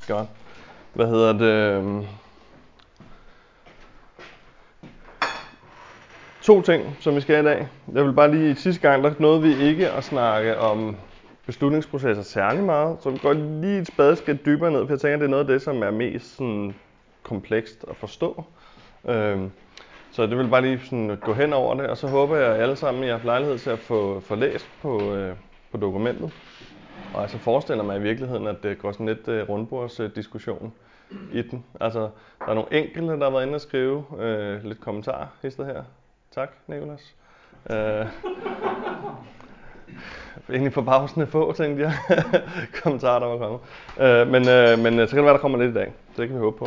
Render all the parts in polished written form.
Godt. Hvad hedder det? 2 ting, som vi skal i dag. Jeg vil bare lige sidste gang, der nåede vi ikke at snakke om beslutningsprocesser særlig meget, så vi går lige et spadeskridt dybere ned, for jeg tænker, at det er noget af det, som er mest sådan komplekst at forstå. Så det vil bare lige sådan gå hen over det, og så håber jeg, at alle sammen I har haft lejlighed til at få læst på dokumentet. Og altså forestiller mig i virkeligheden, at det går sådan lidt rundbordsdiskussion i den. Altså, der er nogle enkelte, der har været inde og skrive lidt kommentarer hister her. Tak, Nicolas. Egentlig forbavsende få, tænkte jeg, kommentarer, der var kommet. Men så kan det være, der kommer lidt i dag. Så det kan vi håbe på.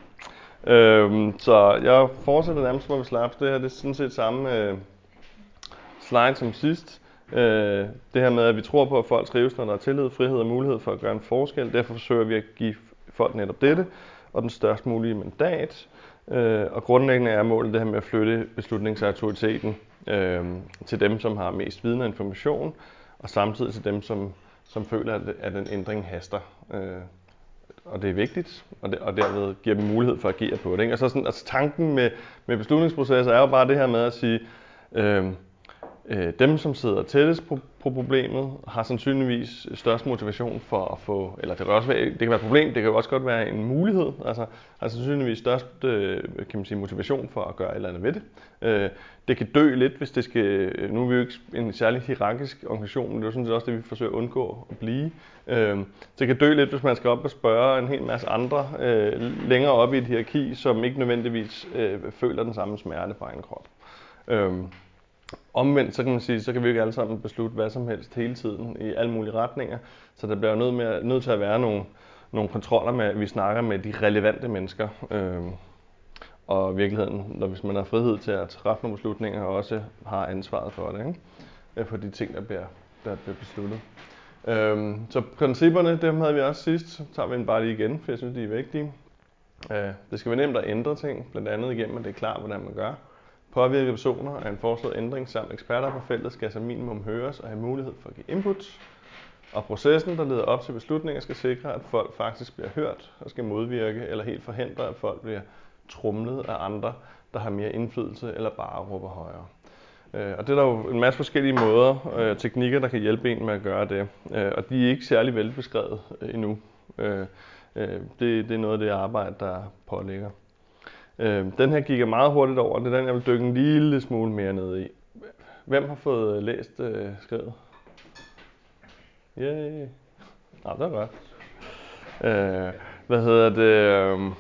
Så jeg fortsætter nærmest, hvor vi slap. Det her det er sådan set samme slide som sidst. Det her med, at vi tror på, at folk trives, når der er tillid, frihed og mulighed for at gøre en forskel. Derfor forsøger vi at give folk netop dette og den størst mulige mandat. Og grundlæggende er målet det her med at flytte beslutningsautoriteten til dem, som har mest viden og information, og samtidig til dem, som føler, at den ændring haster. Og det er vigtigt, og derved giver dem mulighed for at agere på det. Ikke? Og så sådan, altså tanken med beslutningsprocesser er jo bare det her med at sige, dem, som sidder tættest på problemet, har sandsynligvis størst motivation for at få, eller det kan være et problem, det kan jo også godt være en mulighed, altså har sandsynligvis størst kan man sige, motivation for at gøre et eller andet ved det. Det kan dø lidt, hvis det skal, nu er vi jo ikke en særlig hierarkisk organisation, men det er jo sådan set også det, vi forsøger at undgå at blive. Det kan dø lidt, hvis man skal op og spørge en hel masse andre længere op i et hierarki, som ikke nødvendigvis føler den samme smerte på egen krop. Omvendt, så kan man sige, så kan vi ikke alle sammen beslutte hvad som helst hele tiden i alle mulige retninger. Så der bliver jo nødt til at være nogle kontroller med, at vi snakker med de relevante mennesker. Og i virkeligheden, hvis man har frihed til at træffe nogle beslutninger, og også har ansvaret for det, ikke? For de ting, der bliver besluttet. Så principperne, dem havde vi også sidst, så tager vi dem bare lige igen, for jeg synes, de er vigtige. Det skal være nemt at ændre ting, blandt andet igennem, at det er klart, hvordan man gør. Påvirke personer af en foreslået ændring samt eksperter på feltet skal som minimum høres og have mulighed for at give input. Og processen, der leder op til beslutninger, skal sikre, at folk faktisk bliver hørt og skal modvirke eller helt forhindre, at folk bliver tromlet af andre, der har mere indflydelse eller bare råber højere. Og det er der jo en masse forskellige måder, teknikker, der kan hjælpe en med at gøre det. Og de er ikke særlig velbeskrevet endnu. Det er noget af det arbejde, der påligger. Den her gik jeg meget hurtigt over. Det er den, jeg vil dykke en lille smule mere ned i. Hvem har fået læst skrevet? Yay! Nå, det er godt. Hvad hedder det?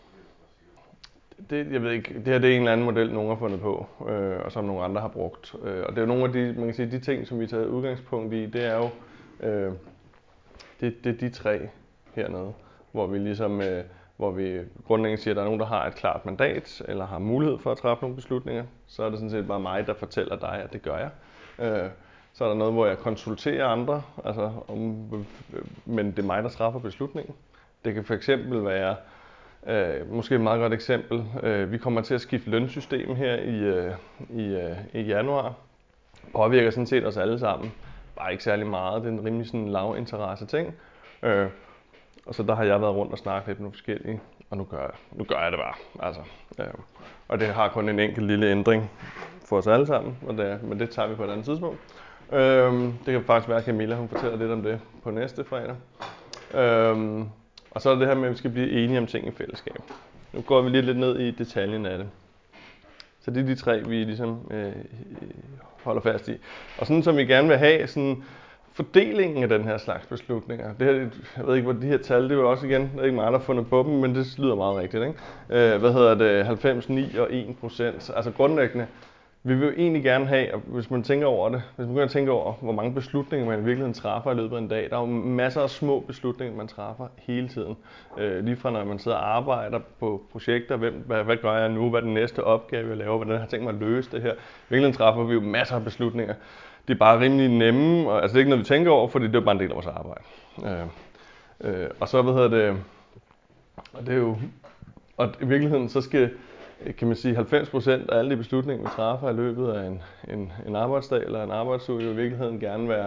Jeg ved ikke, det her det er en eller anden model, nogen har fundet på, og som nogle andre har brugt. Og det er jo nogle af de, man kan sige, de ting, som vi tager udgangspunkt i, det er jo det er de 3 hernede, hvor vi ligesom hvor vi grundlæggende siger, at der er nogen, der har et klart mandat, eller har mulighed for at træffe nogle beslutninger. Så er det sådan set bare mig, der fortæller dig, at det gør jeg. Så er der noget, hvor jeg konsulterer andre, altså men det er mig, der træffer beslutningen. Det kan for eksempel være, måske et meget godt eksempel, vi kommer til at skifte lønsystem her i januar. Påvirker sådan set os alle sammen. Bare ikke særlig meget, det er en rimelig sådan lav interesse ting. Og så der har jeg været rundt og snakket lidt med nogle forskellige, og nu gør jeg det bare. Altså, og det har kun en enkelt lille ændring for os alle sammen, men det tager vi på et andet tidspunkt. Det kan faktisk være, at Camilla hun fortæller lidt om det på næste fredag. Og så er det her med, at vi skal blive enige om ting i fællesskab. Nu går vi lige lidt ned i detaljen af det. Så det er de 3, vi ligesom holder fast i. Og sådan som vi gerne vil have, sådan fordelingen af den her slags beslutninger. Det her, jeg ved ikke, hvor de her tal, det er jo også igen, det er ikke mig, der har fundet på dem, men det lyder meget rigtigt, ikke? 90, 9 og 1%. Altså grundlæggende, vi vil jo egentlig gerne have, hvis man tænker over det, hvis man begynder at tænke over, hvor mange beslutninger man i virkeligheden træffer i løbet af en dag. Der er jo masser af små beslutninger, man træffer hele tiden. Lige fra når man sidder og arbejder på projekter, hvad gør jeg nu, hvad er den næste opgave, jeg laver, hvordan har jeg tænkt mig at løse det her. I virkeligheden træffer vi jo masser af beslutninger. Det er bare rimelig nemme, og altså det er ikke noget, vi tænker over, fordi det er bare en del af vores arbejde. Og så, og det er jo, og i virkeligheden så skal, kan man sige, 90% af alle de beslutninger, vi træffer i løbet af en arbejdsdag eller en arbejdsuge, jo i virkeligheden gerne være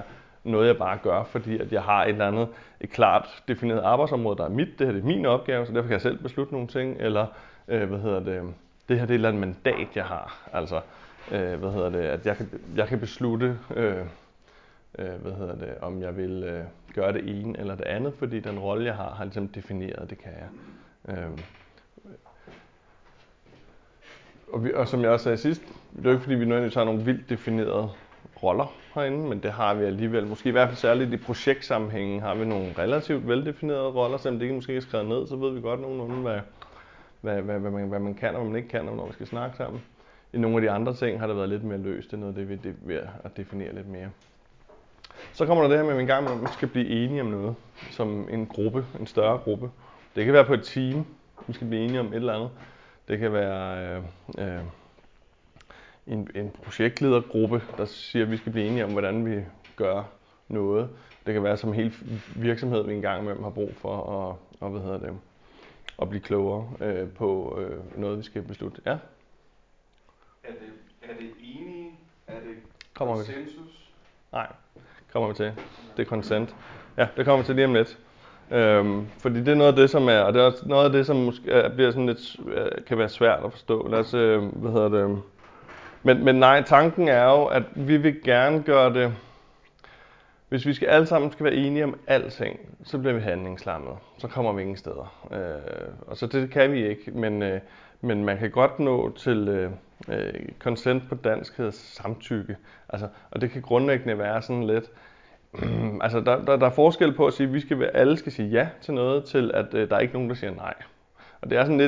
noget jeg bare gør, fordi at jeg har et klart defineret arbejdsområde, der er mit, det her det er min opgave, så derfor kan jeg selv beslutte nogle ting, eller det her det er et eller andet mandat, jeg har, altså at jeg kan beslutte, om jeg vil gøre det ene eller det andet, fordi den rolle, jeg har ligesom defineret, det kan jeg. Og som jeg også sagde sidst, det er jo ikke fordi, vi nødvendigvis har nogle vildt definerede roller herinde, men det har vi alligevel. Måske i hvert fald særligt i projektsammenhængen har vi nogle relativt veldefinerede roller, selvom det ikke måske er skrevet ned, så ved vi godt nogenlunde, hvad man kan og hvad man ikke kan, når vi skal snakke sammen. I nogle af de andre ting har det været lidt mere løst, det er noget af det, vi er ved at definere lidt mere. Så kommer der det her med, at vi engang med, at vi skal blive enige om noget, som en gruppe, en større gruppe. Det kan være på et team, vi skal blive enige om et eller andet. Det kan være en projektledergruppe, der siger, at vi skal blive enige om, hvordan vi gør noget. Det kan være som hele virksomhed, vi engang imellem har brug for at blive klogere på noget, vi skal beslutte. Ja? Er det enige? Er det konsensus? Nej, kommer vi til. Det er consent. Ja, det kommer vi til lige om lidt. Fordi det er noget af det, som er, og det er også noget af det, som måske bliver sådan lidt, kan være svært at forstå. Lad os, Men nej, tanken er jo, at vi vil gerne gøre det, hvis vi alle sammen skal være enige om alting, så bliver vi handlingslammet. Så kommer vi ingen steder. Og så det kan vi ikke, men man kan godt nå til consent på dansk hedder samtykke. Altså, og det kan grundlæggende være sådan lidt, altså der er forskel på at sige, at alle skal sige ja til noget, til at der er ikke nogen, der siger nej. Og det er sådan lidt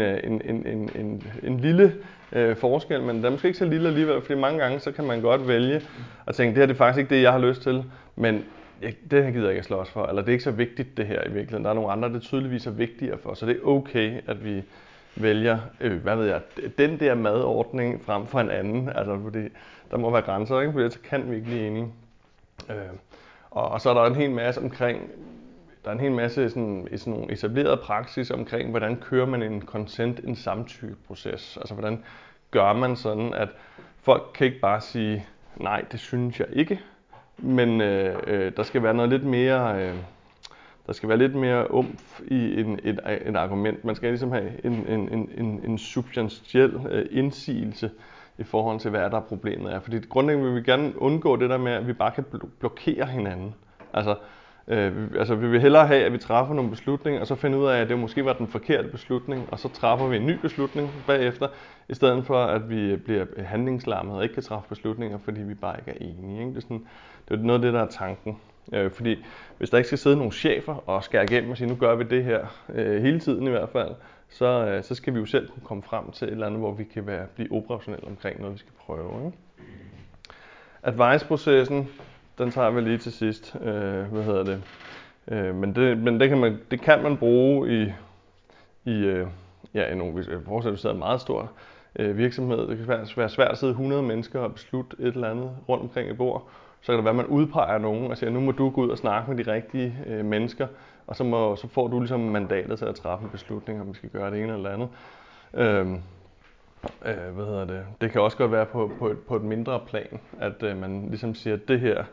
en lille forskel, men det er måske ikke så lille alligevel, fordi mange gange så kan man godt vælge at tænke, det her det er faktisk ikke det, jeg har lyst til, men det her gider jeg ikke at slås for, eller det er ikke så vigtigt det her i virkeligheden. Der er nogle andre, det tydeligvis er vigtigere for, så det er okay, at vi vælger, den der madordning frem for en anden, altså fordi der må være grænser, ikke? Fordi så kan vi ikke blive enige. Og så er der en hel masse omkring, sådan nogle etablerede praksis omkring, hvordan kører man en samtykkeproces. Altså hvordan gør man sådan, at folk kan ikke bare sige, nej, det synes jeg ikke, men der skal være noget lidt mere, der skal være lidt mere umf i et argument. Man skal ligesom have en substantiel indsigelse i forhold til, hvad der problemet er. Fordi grundlæggende vil vi gerne undgå det der med, at vi bare kan blokere hinanden. Altså vi vil hellere have, at vi træffer nogle beslutninger, og så finder ud af, at det måske var den forkerte beslutning, og så træffer vi en ny beslutning bagefter, i stedet for, at vi bliver handlingslammet og ikke kan træffe beslutninger, fordi vi bare ikke er enige. Ikke? Det er noget af det, der er tanken. Fordi hvis der ikke skal sidde nogle chefer og skære igennem og sige, nu gør vi det her, hele tiden i hvert fald, så skal vi jo selv kunne komme frem til et eller andet, hvor vi kan blive operationelle omkring noget, vi skal prøve. Ikke? Advice-processen, den tager vi lige til sidst. Men det kan man bruge i nogle, hvis vi sidder en meget stor virksomhed. Det kan være svært at sidde 100 mennesker og beslutte et eller andet rundt omkring et bord. Så kan det være, at man udpeger nogen og siger, nu må du gå ud og snakke med de rigtige mennesker, og så får du ligesom mandatet til at træffe en beslutning, om vi skal gøre det ene eller andet. Det kan også godt være på et mindre plan, at man ligesom siger, at det her,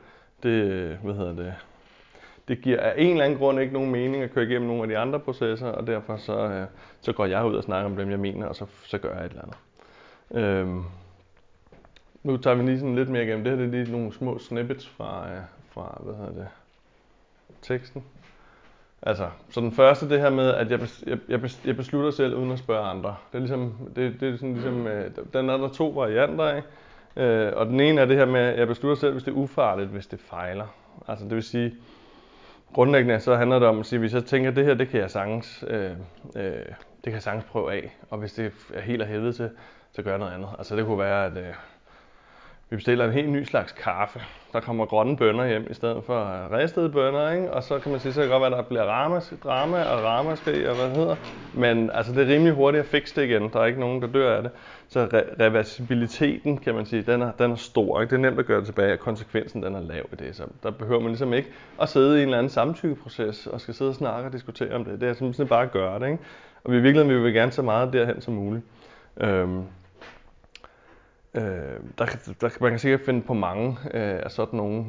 det giver af en eller anden grund ikke nogen mening at køre igennem nogle af de andre processer, og derfor så går jeg ud og snakker om dem, jeg mener, og så gør jeg et eller andet. Nu tager vi lige sådan lidt mere igennem. Det her det er lige nogle små snippets fra teksten. Altså, så den første, det her med, at jeg beslutter selv uden at spørge andre. Det er ligesom, det er sådan ligesom, den er der 2 varianter af. Og den ene er det her med, at jeg beslutter selv, hvis det er ufarligt, hvis det fejler. Altså det vil sige, grundlæggende så handler det om at sige, hvis jeg tænker, at det her, det kan jeg sagtens prøve af. Og hvis det er helt af helvede til, så gør jeg noget andet. Altså det kunne være, at vi bestiller en helt ny slags kaffe. Der kommer grønne bønner hjem i stedet for ristede bønner, ikke? Og så kan man sige, så kan det godt være, at der bliver drama og ramaskrig og hvad det hedder. Men altså, det er rimelig hurtigt at fikse det igen. Der er ikke nogen, der dør af det. Så reversibiliteten, kan man sige, den er stor. Ikke? Det er nemt at gøre det tilbage, og konsekvensen den er lav i det. Så der behøver man ligesom ikke at sidde i en eller anden samtykkeproces og skal sidde og snakke og diskutere om det. Det er simpelthen bare at gøre det. Ikke? Og i virkeligheden vil vi gerne så meget derhen som muligt. man kan sikkert finde på mange af sådan nogle,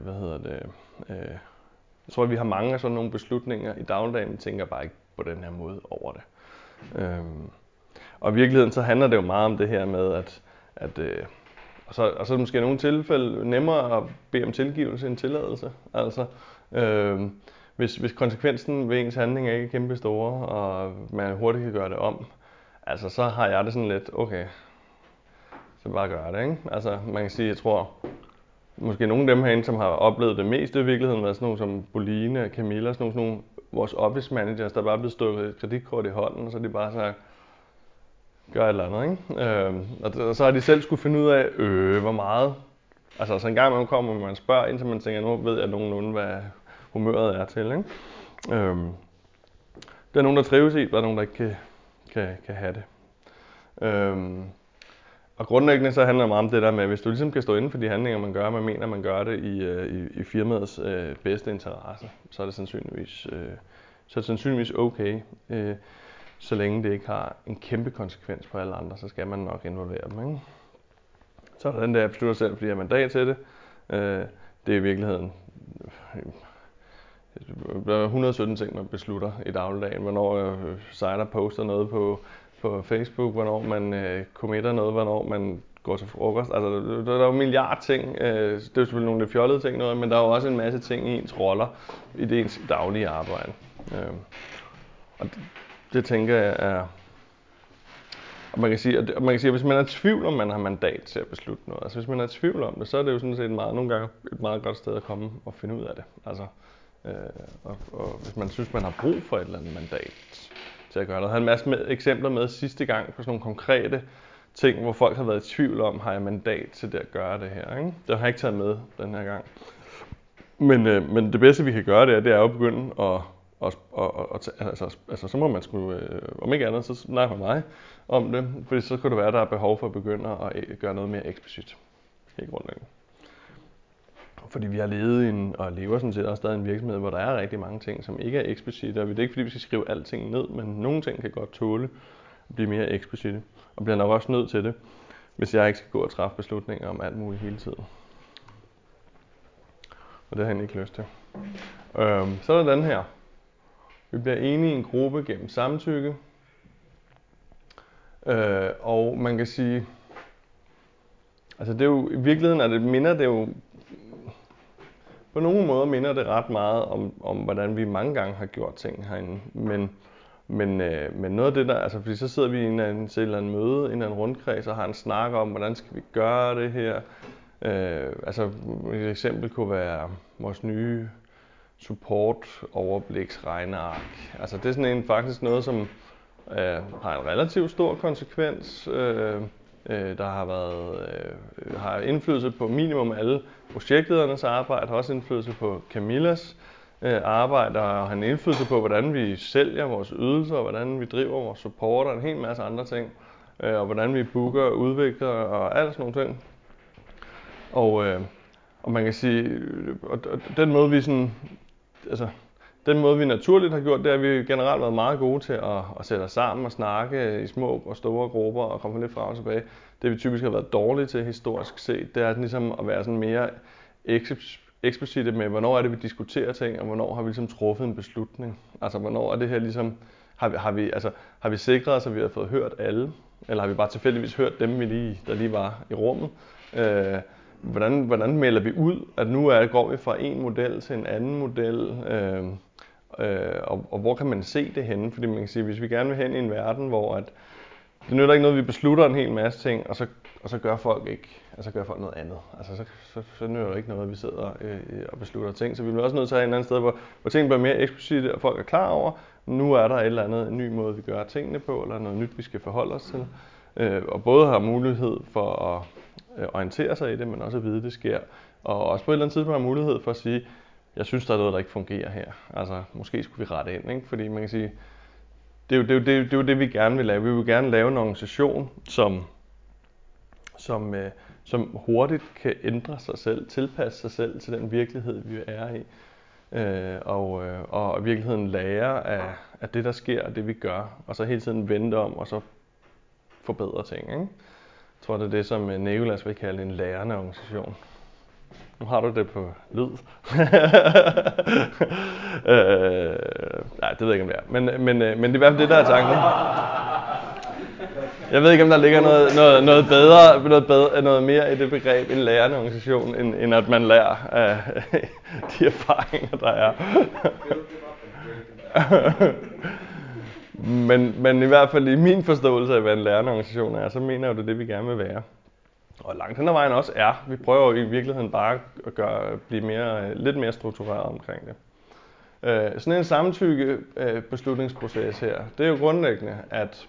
jeg tror, at vi har mange af sådan nogle beslutninger i dagligdagen, men tænker bare ikke på den her måde over det. Og i virkeligheden så handler det jo meget om det her med, og så er det måske i nogle tilfælde nemmere at bede om tilgivelse end tilladelse. Altså, hvis konsekvensen ved ens handling ikke er kæmpe store, og man hurtigt kan gøre det om, altså så har jeg det sådan lidt, okay, så bare gør det, ikke? Altså man kan sige, jeg tror, måske nogle af dem herinde, som har oplevet det mest i virkeligheden, været sådan nogle som Boline og Camilla, sådan nogle vores office managers, der bare er blevet stukket et kreditkort i hånden, og så er de bare sagt, gør et eller andet, ikke? Og så har de selv skulle finde ud af, hvor meget. Altså så en gang man kommer, man spørger, indtil man tænker, nu ved jeg nogenlunde, hvad humøret er til, ikke? Der er nogen, der trives i, der er nogen, der ikke kan have det. Og grundlæggende så handler det meget om det der med, hvis du ligesom kan stå inden for de handlinger, man gør, man mener, man gør det i firmaets bedste interesse, så er det sandsynligvis okay. Så længe det ikke har en kæmpe konsekvens på alle andre, så skal man nok involvere dem, ikke? Så er der den der, jeg beslutter selv, fordi jeg har mandat til det. Det er i virkeligheden 117 ting, man beslutter i dagligdagen. Hvornår Sejler poster noget på Facebook, hvornår man committer noget, hvornår man går til frokost. Altså, der er jo en milliard ting. Det er jo selvfølgelig nogle lidt fjollede ting, noget, men der er jo også en masse ting i ens roller i det ens daglige arbejde. Og det tænker jeg er... Og man kan sige, at hvis man er i tvivl om, man har mandat til at beslutte noget, altså hvis man er i tvivl om det, så er det jo sådan set nogle gange et meget godt sted at komme og finde ud af det. Altså, og hvis man synes, man har brug for et eller andet mandat til at gøre det. Jeg havde en masse eksempler med sidste gang på sådan nogle konkrete ting, hvor folk har været i tvivl om, har jeg mandat til det at gøre det her, ikke? Det har jeg ikke taget med den her gang. Men det bedste, vi kan gøre det er jo at begynde altså så må man sgu, om ikke andet, så snakke med mig om det, fordi så kunne det være, at der er behov for at begynde at gøre noget mere eksplicit. Helt grundlæggende. Fordi vi har levet og lever sådan set også stadig i en virksomhed, hvor der er rigtig mange ting, som ikke er eksplicite, og det er ikke fordi, vi skal skrive alting ned, men nogle ting kan godt tåle at blive mere eksplicite, og bliver nok også nødt til det, hvis jeg ikke skal gå og træffe beslutninger om alt muligt hele tiden. Og det har jeg ikke lyst til. Så er der den her. Vi bliver enige i en gruppe gennem samtykke. Og man kan sige, altså det er jo, i virkeligheden på nogle måder minder det ret meget om hvordan vi mange gange har gjort ting herinde. Men noget af det der, altså fordi så sidder vi i en eller anden møde, en eller anden rundkreds og har en snak om, hvordan skal vi gøre det her. Altså et eksempel kunne være vores nye support-overbliksregneark. Altså det er sådan faktisk noget, som har en relativt stor konsekvens. Der har indflydelse på minimum alle projektledernes arbejde, har også indflydelse på Camillas arbejde, og har en indflydelse på, hvordan vi sælger vores ydelser, og hvordan vi driver vores support, og en hel masse andre ting. Og hvordan vi booker, udvikler og alt sådan nogle ting. Og man kan sige, og den måde vi sådan, altså den måde vi naturligt har gjort, det er, at vi generelt været meget gode til at sætte os sammen og snakke i små og store grupper og komme lidt frem og tilbage. Det vi typisk har været dårlige til historisk set, det er ligesom at være sådan mere eksplicite med, hvornår er det vi diskuterer ting, og hvornår har vi ligesom truffet en beslutning. Altså hvornår er det her ligesom, har vi sikret os, at vi har fået hørt alle, eller har vi bare tilfældigvis hørt dem, der lige var i rummet. Hvordan melder vi ud, at nu går vi fra en model til en anden model, og hvor kan man se det henne? Fordi man kan sige, hvis vi gerne vil hen i en verden, hvor at det nytter ikke noget, vi beslutter en hel masse ting, og så gør folk ikke, altså gør folk noget andet. Altså så nytter det ikke noget, at vi sidder og beslutter ting. Så vi bliver også nødt til at have en anden sted, hvor tingene bliver mere eksplicite, og folk er klar over, nu er der et eller andet, en ny måde, vi gør tingene på, eller noget nyt, vi skal forholde os til. Og både har mulighed for at orientere sig i det, men også at vide, det sker. Og også på et eller andet tidspunkt har mulighed for at sige, jeg synes, der er noget, der ikke fungerer her. Altså, måske skulle vi rette ind, ikke? Fordi man kan sige, det er jo det, vi gerne vil lave. Vi vil gerne lave en organisation, som hurtigt kan ændre sig selv, tilpasse sig selv til den virkelighed, vi er i. Og i virkeligheden lære af det, der sker, og det, vi gør. Og så hele tiden vente om, og så forbedre ting, ikke? Jeg tror, det er det, som Nicolas vil kalde en lærende organisation. Nu har du det på lyd. Nej, det ved jeg ikke, om det er. Men det er i hvert fald det, der er tanken. Jeg ved ikke, om der ligger noget mere i det begreb, en lærende organisation, end at man lærer af de erfaringer, der er. Men i hvert fald i min forståelse af, hvad en lærende organisation er, så mener jeg jo, det er det, vi gerne vil være. Og langt hen ad vejen også er. Vi prøver jo i virkeligheden bare at blive lidt mere struktureret omkring det. Sådan en samtykke beslutningsproces her, det er jo grundlæggende, at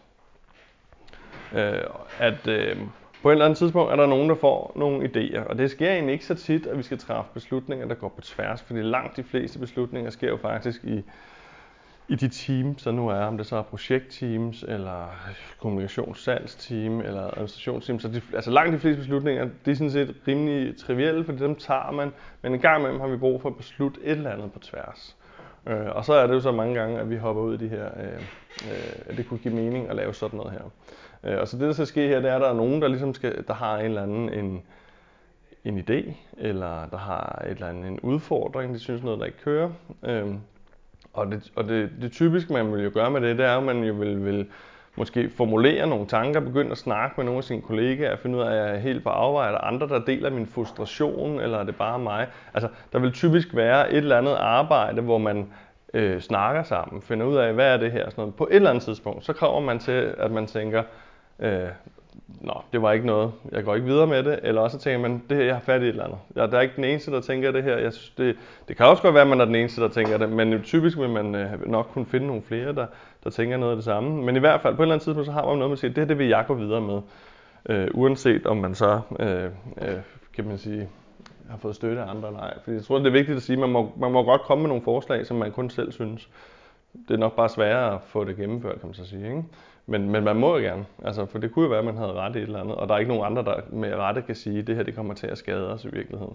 på et eller andet tidspunkt er der nogen, der får nogle idéer. Og det sker egentlig ikke så tit, at vi skal træffe beslutninger, der går på tværs. Fordi langt de fleste beslutninger sker jo faktisk i de teams, der nu er. Om det så er projektteams, eller kommunikationssalgsteam, eller administrationsteam. Så langt de fleste beslutninger, de er sådan set rimelig trivielle, fordi dem tager man. Men en gang imellem har vi brug for at beslutte et eller andet på tværs. Og så er det jo så mange gange, at vi hopper ud i de her, at det kunne give mening at lave sådan noget her. Og så det, der skal ske her, det er, at der er nogen, der ligesom der har en eller anden en idé, eller der har en udfordring, de synes noget, der ikke kører. Og det typiske, man vil jo gøre med det er, at man jo vil måske formulere nogle tanker, begynde at snakke med nogle af sine kollegaer, finde ud af, at jeg er helt på afvej, eller andre, der deler min frustration, eller er det bare mig. Altså, der vil typisk være et eller andet arbejde, hvor man snakker sammen, finder ud af, hvad er det her, sådan noget. På et eller andet tidspunkt, så kommer man til, at man tænker, det var ikke noget, jeg går ikke videre med det, eller også tænker man, det her, jeg har fat i et eller andet. Der er ikke den eneste, der tænker det her. Jeg synes, det kan også godt være, at man er den eneste, der tænker det, men typisk vil man nok kunne finde nogle flere, der tænker noget af det samme. Men i hvert fald, på et eller andet tidspunkt, så har man noget med at sige, det vil jeg gå videre med. Uanset om man så, kan man sige, har fået støtte af andre eller ej. Fordi jeg tror, det er vigtigt at sige, at man må godt komme med nogle forslag, som man kun selv synes. Det er nok bare sværere at få det gennemført, kan man så sige, ikke? Men man må jo gerne, altså, for det kunne jo være, at man havde ret i et eller andet, og der er ikke nogen andre, der med rette kan sige, at det her det kommer til at skade os i virkeligheden.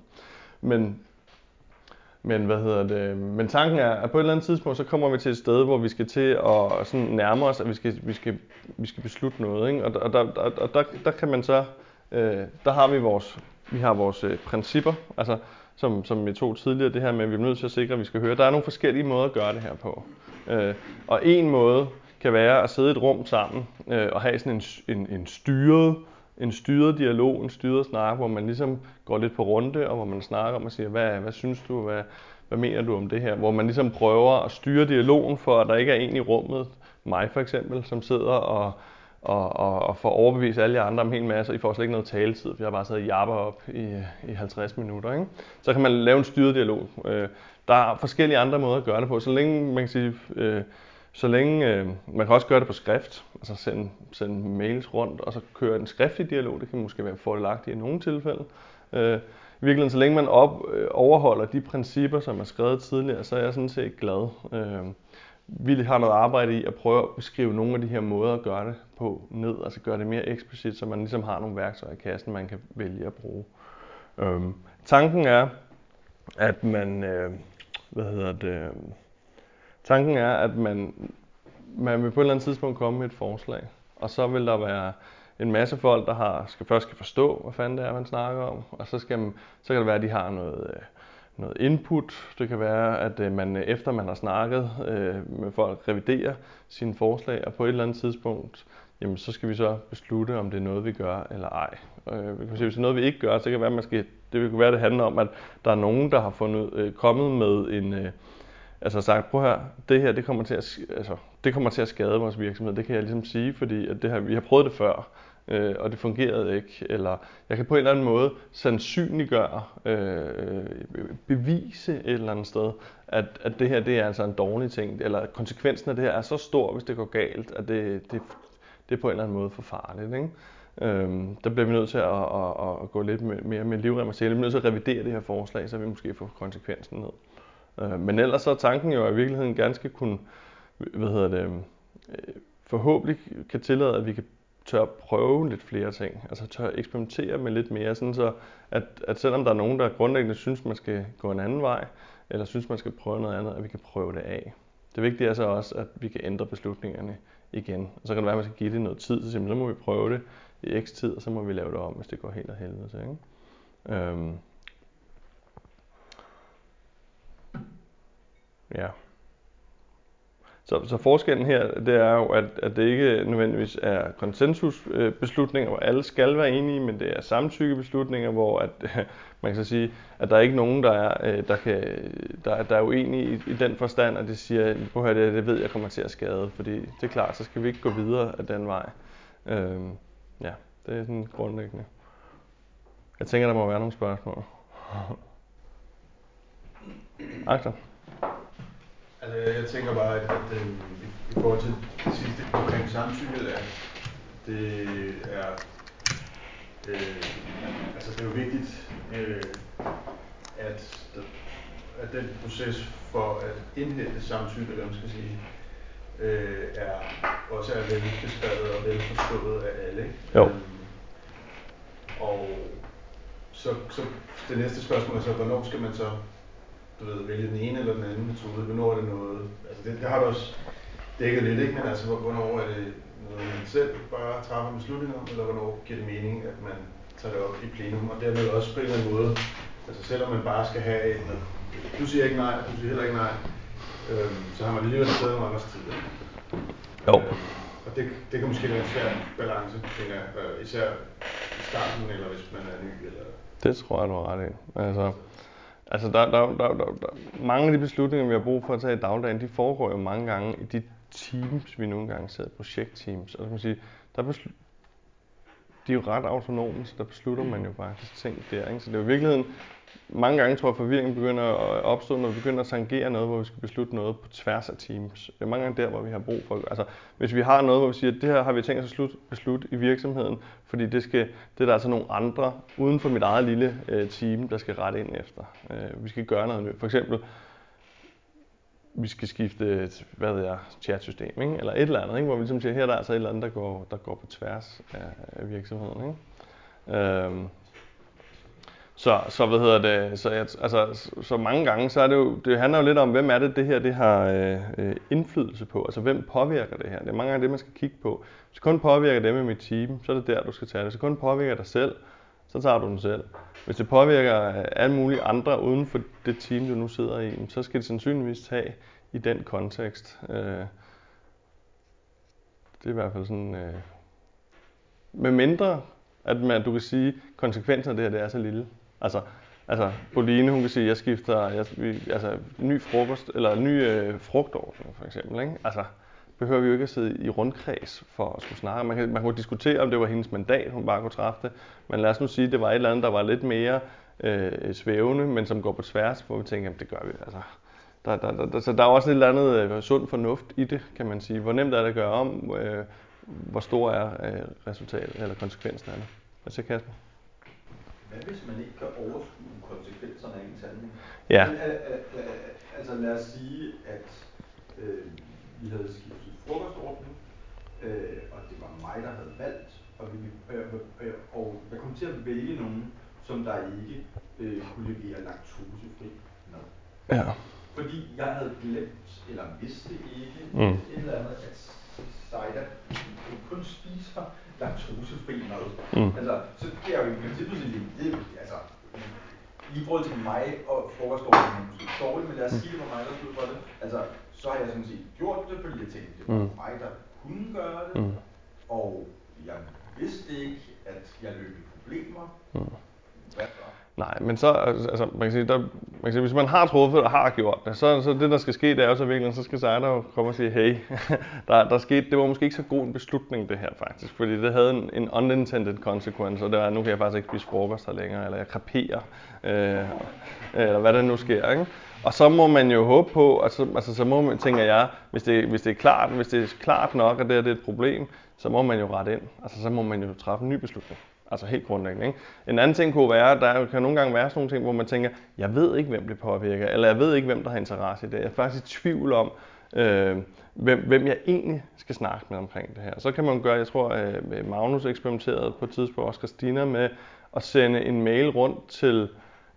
Men tanken er, at på et eller andet tidspunkt, så kommer vi til et sted, hvor vi skal til at sådan nærme os, at vi skal beslutte noget, ikke? Og der kan man så, der har vi har vores principper, altså som vi tog tidligere, det her med, at vi er nødt til at sikre, at vi skal høre. Der er nogle forskellige måder at gøre det her på. Og en måde kan være at sidde i et rum sammen og have sådan en styret dialog, en styret snak, hvor man ligesom går lidt på runde, og hvor man snakker om og siger, hvad synes du, hvad mener du om det her? Hvor man ligesom prøver at styre dialogen, for at der ikke er en i rummet, mig for eksempel, som sidder og får overbevist alle de andre om en hel masse, og I får slet ikke noget taletid, for jeg har bare siddet og japper op i 50 minutter. Ikke? Så kan man lave en styret dialog. Der er forskellige andre måder at gøre det på, så længe man kan sige, man kan også gøre det på skrift, altså sende mails rundt, og så køre en skriftlig dialog, det kan måske være fordelagtigt i nogle tilfælde. I virkeligheden, så længe man overholder de principper, som er skrevet tidligere, så er jeg sådan set glad. Vi har noget arbejde i at prøve at beskrive nogle af de her måder at gøre det på ned, altså gøre det mere eksplicit, så man ligesom har nogle værktøjer i kassen, man kan vælge at bruge. Tanken er, at man, tanken er, at man vil på et eller andet tidspunkt komme med et forslag, og så vil der være en masse folk, der først skal forstå, hvad fanden det er, man snakker om, og så kan det være, at de har noget input. Det kan være, at man efter man har snakket med folk, reviderer sine forslag, og på et eller andet tidspunkt, jamen, så skal vi så beslutte, om det er noget, vi gør eller ej. Hvis det er noget, vi ikke gør, så kan det være, det handler om, at der er nogen, der har kommet med en altså sagt, prøv her, det her det kommer til at skade vores virksomhed. Det kan jeg ligesom sige, fordi at vi har prøvet det før, og det fungerede ikke. Eller jeg kan på en eller anden måde sandsynliggøre, bevise et eller andet sted, at det her det er altså en dårlig ting, eller konsekvensen af det her er så stor, hvis det går galt, at det er på en eller anden måde for farligt. Ikke? Der bliver vi nødt til at gå lidt mere med livrem og sæle. Vi er nødt til at revidere det her forslag, så vi måske får konsekvensen ned. Men ellers så er tanken jo, at i virkeligheden ganske kunne, forhåbentlig kan tillade, at vi kan tør prøve lidt flere ting, altså tør eksperimentere med lidt mere, sådan så at selvom der er nogen, der grundlæggende synes, man skal gå en anden vej, eller synes, man skal prøve noget andet, at vi kan prøve det af. Det vigtige er så også, at vi kan ændre beslutningerne igen. Og så kan det være, at man skal give det noget tid, så må vi prøve det i x tid, og så må vi lave det om, hvis det går helt af helvede til, ikke? Ja. Så forskellen her, det er jo, at det ikke nødvendigvis er konsensusbeslutninger, hvor alle skal være enige, men det er samtykkebeslutninger, hvor at, man kan så sige, at der er ikke nogen, der er uenige i den forstand, og de siger, prøv at høre, det ved jeg kommer til at skade, fordi det er klart, så skal vi ikke gå videre af den vej. Ja, det er sådan grundlæggende. Jeg tænker, der må være nogle spørgsmål. Aktor? Altså, jeg tænker bare, at i forhold til det sidste omkring samtykke, at det er, altså det er jo vigtigt, at den proces for at indhente samtykke, eller man skal sige, også er velbeskrevet og velforstået af alle. Jo. Og så det næste spørgsmål er så, hvornår skal man så vælge den ene eller den anden metode? Hvornår er det noget, altså det har du også dækket lidt, ikke? Men altså, hvornår er det noget, man selv bare træffer en beslutning om, eller hvornår giver det mening, at man tager det op i plenum, og dermed også på en eller anden måde, altså selvom man bare skal have et, du siger ikke nej, og du siger heller ikke nej, så har man alligevel stadig nogle andres tid. Jo. Og det kan måske være en svær balance, tænker jeg, især i starten, eller hvis man er ny, eller... Det tror jeg, du har ret i. Altså der mange af de beslutninger, vi har brug for at tage i dagligdagen, de foregår jo mange gange i de teams, vi nogle gange sidder, projektteams. Og man sige, de er jo ret autonome, så der beslutter man jo faktisk ting der, ikke? Så det er jo i virkeligheden, mange gange tror jeg, forvirringen begynder at opstå, når vi begynder at tangere noget, hvor vi skal beslutte noget på tværs af teams. Det er mange gange der, hvor vi har brug for, altså hvis vi har noget, hvor vi siger, at det her har vi tænkt os at beslutte i virksomheden, fordi det er der altså nogle andre uden for mit eget lille team, der skal rette ind efter. Vi skal gøre noget nyt. For eksempel, vi skal skifte, chatsystem, ikke? Eller et eller andet, ikke? Hvor vi ligesom siger, her der er altså et eller andet, der går på tværs af virksomheden, ikke? Så mange gange, så er det jo, det handler jo lidt om, hvem er det her, det har indflydelse på, altså hvem påvirker det her. Det er mange gange det, man skal kigge på. Hvis det kun påvirker dem i mit team, så er det der, du skal tage det. Hvis det kun påvirker dig selv, så tager du den selv. Hvis det påvirker alle mulige andre uden for det team, du nu sidder i, så skal det sandsynligvis tage i den kontekst. Det er i hvert fald sådan, med mindre, at du kan sige, at konsekvensen af det her, det er så lille. Altså Boline, hun kan sige, at jeg skifter ny frokost, eller ny frugtordning for eksempel, ikke? Altså, behøver vi jo ikke at sidde i rundkreds for at skulle snakke. Man kunne diskutere, om det var hendes mandat, hun bare kunne træffe det. Men lad os nu sige, at det var et eller andet, der var lidt mere svævende, men som går på tværs, hvor vi tænker, at det gør vi. Altså, så der er også et eller andet sund fornuft i det, kan man sige. Hvor nemt er det at gøre om, hvor stor er resultatet eller konsekvensen af det. Hvad siger Kasper? Hvad hvis man ikke kan overskue konsekvenserne af ens handling? Ja. Altså lad os sige, at vi havde skiftet frokostordning, og det var mig, der havde valgt, og jeg kom til at vælge nogen, som der ikke kunne levere laktosefri mad. Ja. Fordi jeg havde glemt, eller vidste ikke, et eller andet, at Saida kun spiser laktosefri mad. Altså, så kan jeg jo i princippet sige, altså, i forhold til mig og frokostordningen er måske dårligt, men lad os sige, det var mig, der stod for det. Altså, så har jeg sådan set gjort det, fordi jeg tænkte, det var mig, der kunne gøre det. Og jeg vidste ikke, at jeg løb i problemer. Hvad så? Nej, men så, altså, man kan sige, hvis man har truffet og har gjort det, så det, der skal ske, det er jo så virkelig, så skal Saida jo komme og sige, hey, det var måske ikke så god en beslutning, det her faktisk, fordi det havde en unintended consequence, og det var, nu kan jeg faktisk ikke spise frokost her længere, eller jeg kreperer, eller hvad der nu sker, ikke? Og så må man jo håbe på, altså så må man, tænker jeg, hvis det er klart nok, at det er et problem, så må man jo rette ind, altså så må man jo træffe en ny beslutning. Altså helt grundlæggende, ikke? En anden ting kunne være, at der kan nogle gange være sådan nogle ting, hvor man tænker, jeg ved ikke, hvem det påvirker, eller jeg ved ikke, hvem der har interesse i det. Jeg er faktisk i tvivl om, hvem jeg egentlig skal snakke med omkring det her. Så kan man gøre, jeg tror, Magnus eksperimenterede på et tidspunkt, også Christina, med at sende en mail rundt til,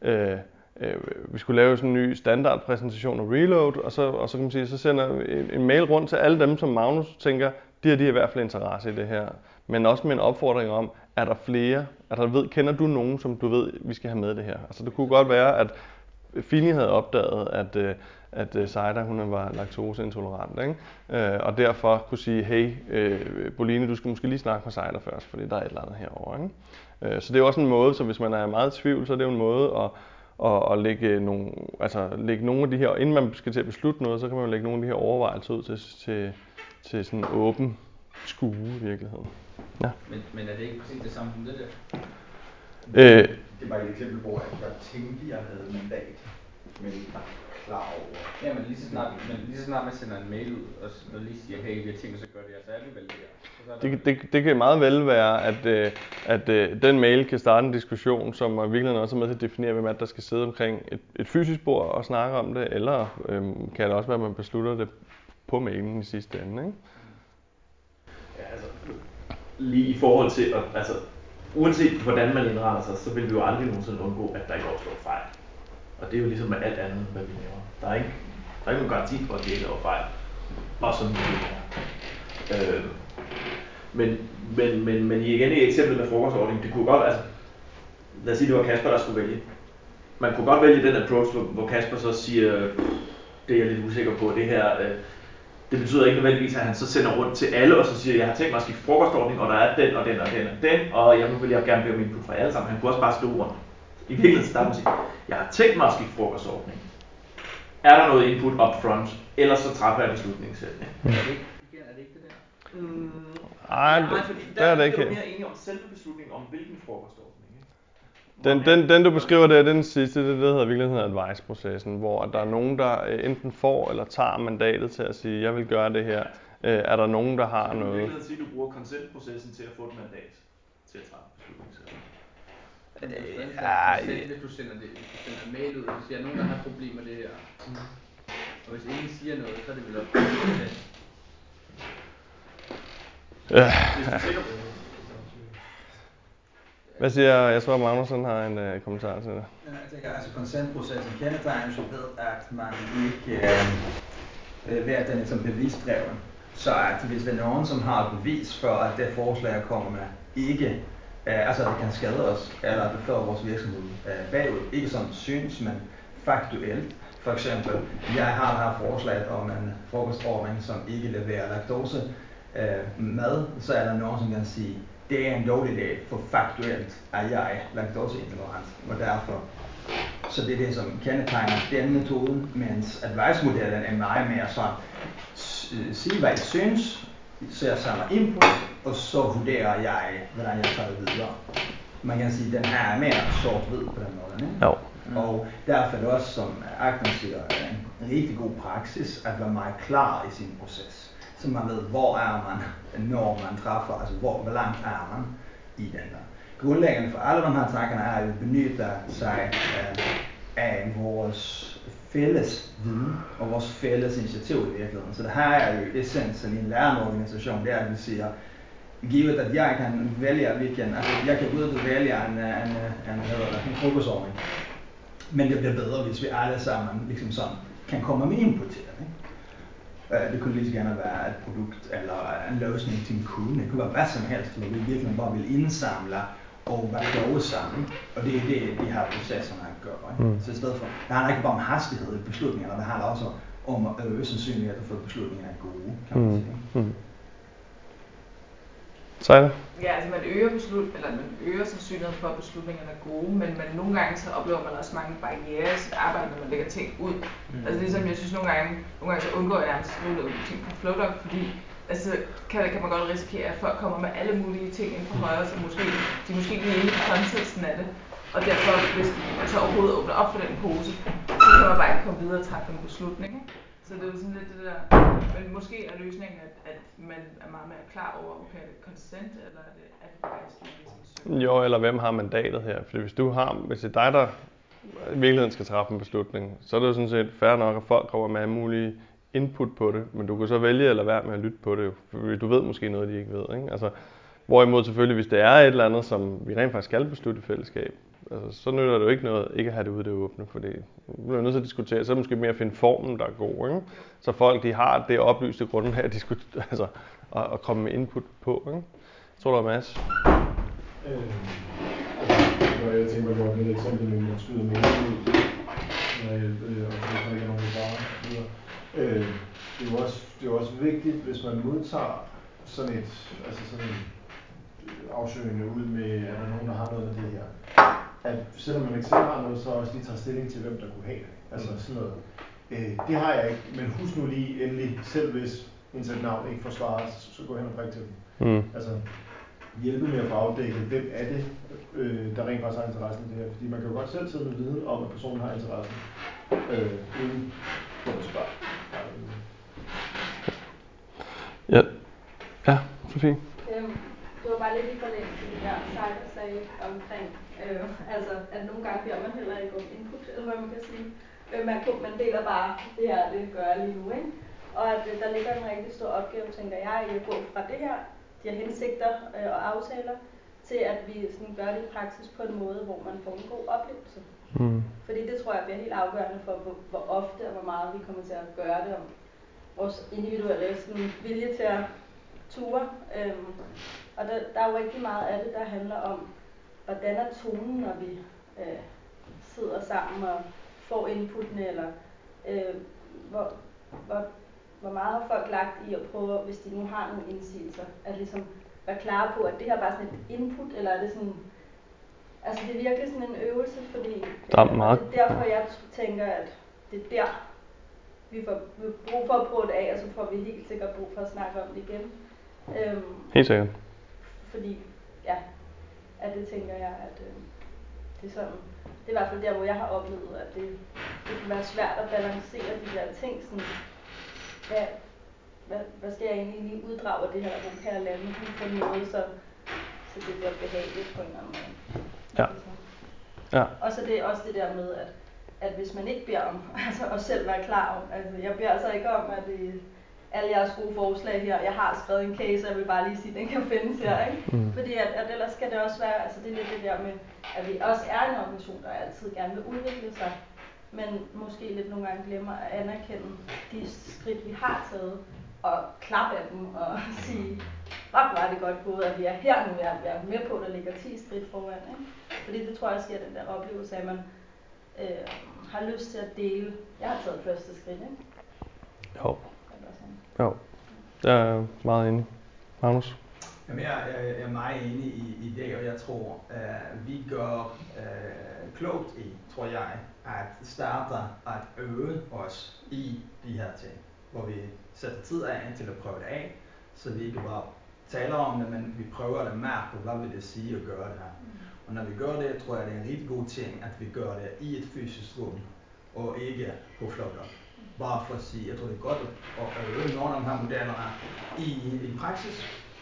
vi skulle lave sådan en ny standardpræsentation af Reload, og så kan man sige, så sender en mail rundt til alle dem, som Magnus tænker, de har i hvert fald interesse i det her. men også med en opfordring om, er der flere, kender du nogen, som du ved, vi skal have med det her? Altså det kunne godt være, at Fini havde opdaget, at Saida, hun var laktoseintolerant, ikke? Og derfor kunne sige, hey, Boline, du skal måske lige snakke med Saida først, fordi der er et eller andet herovre, ikke? Så det er også en måde, så hvis man er meget i tvivl, så er det jo en måde at lægge nogle af de her, inden man skal til at beslutte noget, så kan man jo lægge nogle af de her overvejelser ud til sådan en åben skue i virkeligheden. Ja. Men er det ikke præcis det samme som det der? Det var et eksempel, hvor jeg tænkte, jeg havde mandat, men ikke var klar over. Ja, men lige så snart man sender en mail ud, og lige siger, hey, vi har tænkt os at gøre det her, så er det vel det her. Det kan meget vel være, at den mail kan starte en diskussion, som i virkeligheden også er med til at definere, hvem der skal sidde omkring et fysisk bord og snakke om det, eller kan det også være, at man beslutter det på mailen i sidste ende, ikke? Ja, altså lige i forhold til, altså uanset hvordan man indretter sig, så vil vi jo aldrig nogensinde undgå, at der ikke opstår fejl. Og det er jo ligesom med alt andet, hvad vi laver. Der er ikke nogen garanti for, at det ikke laver fejl. Og sådan det men igen i eksemplet med frokostordningen, det kunne godt, altså lad os sige, det var Kasper, der skulle vælge. Man kunne godt vælge den approach, hvor Kasper så siger, det er jeg lidt usikker på, det her, det betyder ikke nødvendigvis, at han så sender rundt til alle, og så siger, jeg har tænkt mig at skifte frokostordning, og der er den og den og den og den, og nu vil jeg gerne bede om input fra alle sammen. Han kunne også bare stå rundt. I virkeligheden starter man sige, jeg har tænkt mig at skifte frokostordning. Er der noget input up front, ellers så træffer jeg beslutningen selv. Er det ikke det der? Nej, der er det ikke. Der er mere enige om selve beslutningen om, hvilken frokostordning. Den du beskriver der, den sidste, det hedder i virkeligheden advice-processen, hvor der er nogen, der enten får eller tager mandatet til at sige, jeg vil gøre det her. Er der nogen, der har noget? Jeg vil virkelig sige, at du bruger consent-processen til at få et mandat til at træffe beslutningen selv. Hvis du sender en mail ud, og siger, at nogen der har problemer med det her. Og hvis ingen siger noget, så er det vel op til det. Ja. Hvad siger, jeg tror Magnusson har en kommentar til det. Jeg tænker, altså consent-processen kendetegnes jo ved, at man ikke ved at den er som bevisdreven. Så at hvis der er nogen, som har et bevis for, at det forslag, jeg kommer med, ikke altså det kan skade os, eller det fører vores virksomhed bagud. Ikke som synes, men faktuelt. For eksempel, jeg har det her forslag om en frokostordning, som ikke leverer laktose mad, så er der nogen, som kan sige, det er en dårlig idé, for faktuelt er jeg laktoseintolerant, og derfor. Så det er det, som kendetegner den metode, mens advice-modellen er meget mere sådan, sige hvad jeg synes, så jeg samler input, og så vurderer jeg, hvordan jeg tager det videre. Man kan sige, at den her er mere sort-hvid på den måde, ikke? Jo. Og derfor er det også, som Agnes siger, en rigtig god praksis, at være meget klar i sin proces. Så man ved, hvor er man, når man træffer, altså hvor langt er man i den der. Grundlæggende for alle de her tankerne er at benytte sig af vores fælles viden og vores fælles initiativ i virkeligheden. Så det her er jo essensen i en lærende organisation, det er, at vi siger, givet at jeg kan vælge hvilken, altså jeg kan gå ud og vælge en frokostordning, men det bliver bedre, hvis vi alle sammen ligesom sådan kan komme med input til det, ikke? Det kunne lige så gerne være et produkt eller en løsning til en kunde. Det kunne være hvad som helst, hvor vi virkelig bare vil indsamle og være kloge sammen. Og det er det, de her processer, man gør. Ikke? Så i stedet for, det handler ikke bare om hastighed i beslutninger, det handler også om at øge sandsynligheden for, at beslutningerne er gode, kan man sige. Saida? Ja, altså man øger sandsynligheden for, at beslutningerne er gode, men nogle gange så oplever man også mange barrierer i sit arbejde, når man lægger ting ud. Altså ligesom jeg synes nogle gange så undgår jeg nærmest nogle ting på Flowdoc, fordi altså kan man godt risikere, at folk kommer med alle mulige ting ind fra højre, så de måske lige inde i konteksten af det. Og derfor, hvis man så overhovedet åbner op for den pose, så kan man bare ikke komme videre og træffe en beslutning. Så det er jo sådan lidt det der, men måske er løsningen, at man er meget mere klar over, okay, er det consent, eller er det advice? Jo, eller hvem har mandatet her? Fordi hvis det er dig, der i virkeligheden skal træffe en beslutning, så er det jo sådan set fair nok, at folk kommer med alle mulige input på det, men du kan så vælge eller være med at lytte på det, fordi du ved måske noget, de ikke ved, ikke? Altså, hvorimod selvfølgelig, hvis det er et eller andet, som vi rent faktisk skal beslutte i fællesskab, altså, så nytter det jo ikke noget ikke at have det ude det åbne, fordi vi er nødt til at diskutere, så er det måske mere at finde formen, der er god, ikke? Så folk de har det oplyste grundlag, at komme med input på, ikke? Tror du, Mads? Jeg tænker på et eksempel med, at man skyder mennesker ud, og så ikke er nogen bare videre. Det er jo også vigtigt, hvis man modtager sådan en afsøgende ud med, at der er nogen, der har noget med det her. At selvom man ikke selv har noget, så også lige tager stilling til, hvem der kunne have det. Altså sådan noget. Det har jeg ikke, men husk nu lige endelig, selv hvis ens navn ikke forsvares, så gå hen og prik til dem. Altså hjælpe med at få afdækket, hvem er det, der rent faktisk har interessen i det her. Fordi man kan jo godt selv sidde med viden om, at personen har interessen, uden på at spørge. Ja, Sofie. Det var bare lidt i forlængelse af det der Seider sagde omkring, altså at nogle gange beder man heller ikke om input, eller hvad man kan sige. Man deler bare, det her, det gør jeg lige nu, ikke? Og at der ligger en rigtig stor opgave, tænker jeg, i at gå fra det her, de her hensigter og aftaler, til at vi sådan gør det i praksis på en måde, hvor man får en god oplevelse. Fordi det tror jeg bliver helt afgørende for, hvor ofte og hvor meget vi kommer til at gøre det, om vores individuelle sådan, vilje til at ture. Og der er jo rigtig meget af det, der handler om, hvordan er tonen, når vi sidder sammen og får inputtene, eller hvor meget har folk lagt i at prøve, hvis de nu har nogle indsigelser, at ligesom være klare på, at det her bare sådan et input, eller er det sådan, altså det er virkelig sådan en øvelse, fordi det er derfor, jeg tænker, at det er der, vi får brug for at prøve det af, og så får vi helt sikkert brug for at snakke om det igen. Helt sikkert. Fordi, ja, at det tænker jeg, at det er sådan, det er i hvert fald der, hvor jeg har oplevet, at det kan være svært at balancere de der ting, sådan, hvad skal jeg egentlig lige uddrage af det her, hvor kan jeg lande på en måde, så det bliver behageligt på en eller anden måde. Ja. Og så det er også det der med, at hvis man ikke beder om, altså at selv være klar om, altså jeg beder altså ikke om, at alle jeres gode forslag her, jeg har skrevet en case, og jeg vil bare lige sige, at den kan findes her, ikke? Fordi at ellers skal det også være, altså det er lidt det der med, at vi også er en organisation, der altid gerne vil udvikle sig, men måske lidt nogle gange glemmer at anerkende de skridt, vi har taget, og klappe af dem og sige, hvor var det godt gået, at vi er her nu, jeg er med på, at der ligger 10 skridt foran, ikke? Fordi det tror jeg også giver den der oplevelse af, at man har lyst til at dele. Jeg har taget første skridt, ikke? Jo, jeg er meget enig. Magnus? Jamen, jeg er meget enig i det, og jeg tror, vi gør klogt i, tror jeg, at starte at øve os i de her ting, hvor vi sætter tid af til at prøve det af, så vi ikke bare taler om det, men vi prøver at mærke på, hvad vil det sige at gøre det her. Og når vi gør det, tror jeg, det er en rigtig god ting, at vi gør det i et fysisk rum, og ikke på flokker. Bare for at sige, jeg tror, det er godt at øve nogle af de her modeller i praksis.